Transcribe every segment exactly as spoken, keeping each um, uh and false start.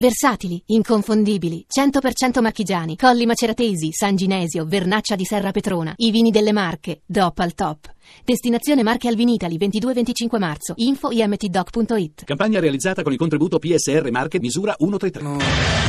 Versatili, inconfondibili, cento per cento marchigiani, Colli Maceratesi, San Ginesio, Vernaccia di Serra Petrona, i vini delle Marche, D O P al top. Destinazione Marche al Vinitali, ventidue venticinque marzo, info i m t doc punto i t. Campagna realizzata con il contributo P S R Marche misura centotrentatré. No.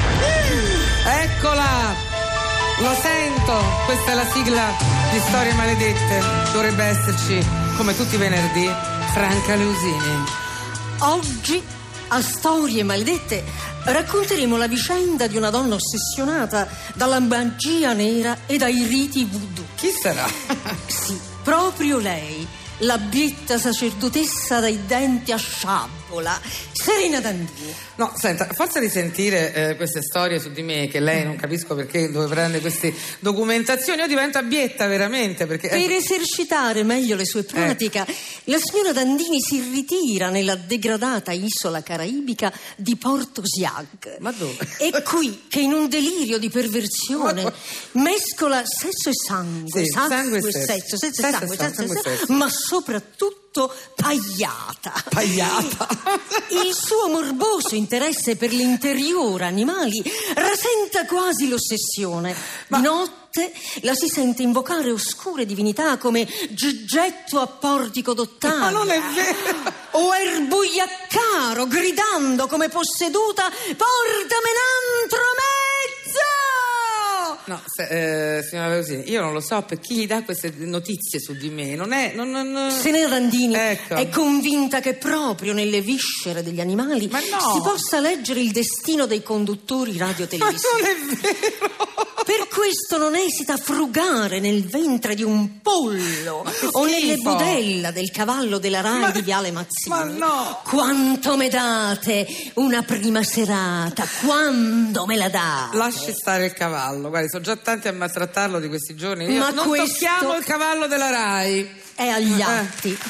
Eccola! Lo sento! Questa è la sigla di Storie Maledette. Dovrebbe esserci, come tutti i venerdì, Franca Leusini. Oggi, a Storie Maledette, racconteremo la vicenda di una donna ossessionata dalla magia nera e dai riti voodoo. Chi sarà? Sì, proprio lei, l'abbietta sacerdotessa dai denti a sciabola, Serena Dandini. No, senta, forza di sentire eh, queste storie su di me, che lei non capisco perché dove prende queste documentazioni. Io divento abbietta veramente perché... Per esercitare meglio le sue pratiche, eh. la signora Dandini si ritira nella degradata isola caraibica di Porto Siag. Ma dove? È qui che in un delirio di perversione ma... mescola sesso e sangue, sì, sangue, sangue e sesso, sesso, sesso, sesso, e sangue, sangue, sesso, sangue, sesso, sesso. ma soprattutto pagliata. Pagliata. Il suo morboso interesse per l'interiore animali rasenta quasi l'ossessione. Ma... Di notte la si sente invocare oscure divinità come Gigetto a Portico d'Ottavia. Ma non è vero! O Erbugliaccaro gridando come posseduta: portame un altro mezzo! No, se, eh, signora Leusini, io non lo so per chi gli dà queste notizie su di me. Non è... Non, non... Serena Dandini ecco. è convinta che proprio nelle viscere degli animali Ma no. si possa leggere il destino dei conduttori radiotelevisivi. Ma non è vero! Per questo non esita a frugare nel ventre di un pollo o nelle budella del cavallo della Rai ma, di Viale Mazzini. Ma no! Quanto me date una prima serata? Quando me la date? Lasci stare il cavallo, guardi, sono già tanti a maltrattarlo di questi giorni. Io Ma non questo tocchiamo il cavallo della Rai. È agli atti. Eh.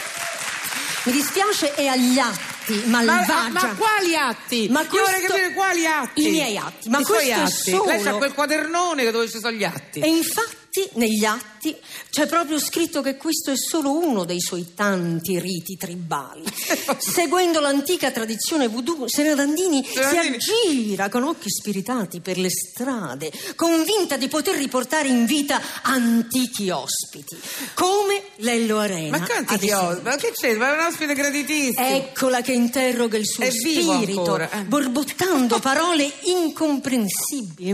Mi dispiace, è agli atti. Malvagia. Ma, ma quali atti? Ma Io questo... vorrei capire quali atti. I miei atti. Ma I questo suoi è atti. solo... Lei c'ha quel quadernone dove ci sono gli atti. E infatti negli atti c'è proprio scritto che questo è solo uno dei suoi tanti riti tribali. Seguendo l'antica tradizione voodoo, Serena Dandini Serena si Dandini. aggira con occhi spiritati per le strade, convinta di poter riportare in vita antichi ospiti, come Lello Arena. Ma che antichi ospiti? Ma che c'è? Ma è un ospite graditissimo. Eccola che interroga il suo È vivo spirito, ancora, eh. borbottando parole incomprensibili.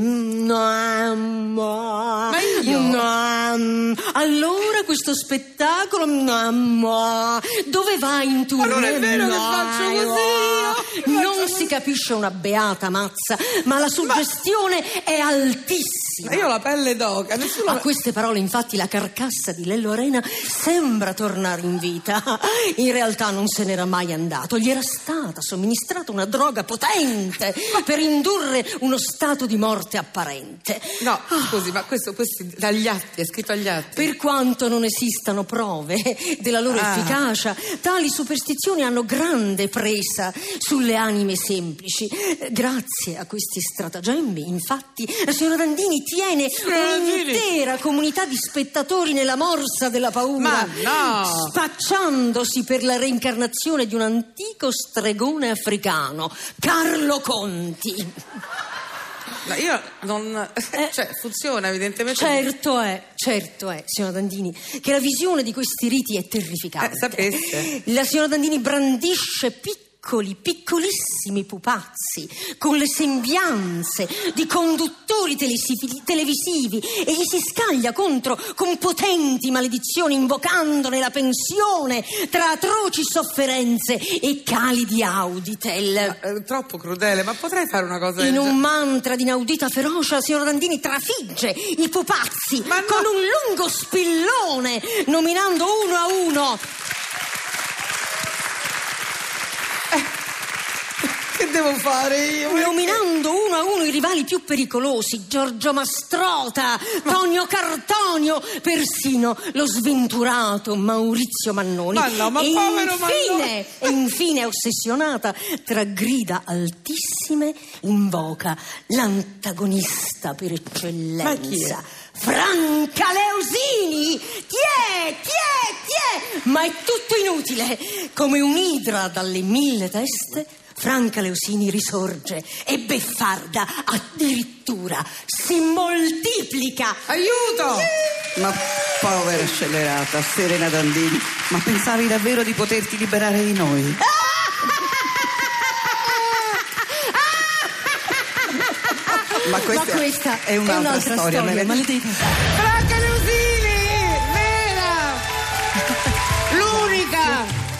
Ma io? Allora questo spettacolo dove va in tournée? Ma non è vero che faccio così io. Non si capisce una beata mazza, ma la suggestione ma... è altissima. Ma io ho la pelle d'oca. Nessuno... A queste parole infatti la carcassa di Lello Arena sembra tornare in vita. In realtà non se n'era mai andato. Gli era stata somministrata una droga potente per indurre uno stato di morte apparente. No, scusi, ma questo, questo dagli atti, è scritto agli atti. Per quanto non esistano prove della loro ah. efficacia, tali superstizioni hanno grande presa sulle anime semplici. Grazie a questi stratagemmi, infatti, la signora Dandini tiene un'intera comunità di spettatori nella morsa della paura, ma no! spacciandosi per la reincarnazione di un antico stregone africano, Carlo Conti. No, io non... Eh, cioè, funziona evidentemente. Certo è, certo è, signora Dandini, che la visione di questi riti è terrificante. Eh, sapesse. La signora Dandini brandisce piccoli piccoli, piccolissimi pupazzi con le sembianze di conduttori televisivi, televisivi e gli si scaglia contro con potenti maledizioni, invocandone la pensione tra atroci sofferenze e calidi Auditel. Ma, eh, troppo crudele, ma potrei fare una cosa in del... un mantra di inaudita ferocia, la signora Dandini trafigge i pupazzi ma no. con un lungo spillone, nominando uno a uno. Che devo fare io? Nominando uno a uno i rivali più pericolosi: Giorgio Mastrota, Tonio Cartonio, persino lo sventurato Maurizio Mannoni. Ma no, ma e povero infine, Mannoni! E infine, ossessionata, tra grida altissime, invoca l'antagonista per eccellenza. Ma chi è? Franca Leusini! Tiè, tiè, tiè! Ma è tutto inutile. Come un'idra dalle mille teste, Franca Leosini risorge e beffarda addirittura si moltiplica. Aiuto! Ma povera scellerata, Serena Dandini, ma pensavi davvero di poterti liberare di noi? Ma questa, Ma questa è un'altra, è un'altra storia, storia maledetta. Franca Leosini, vera! L'unica!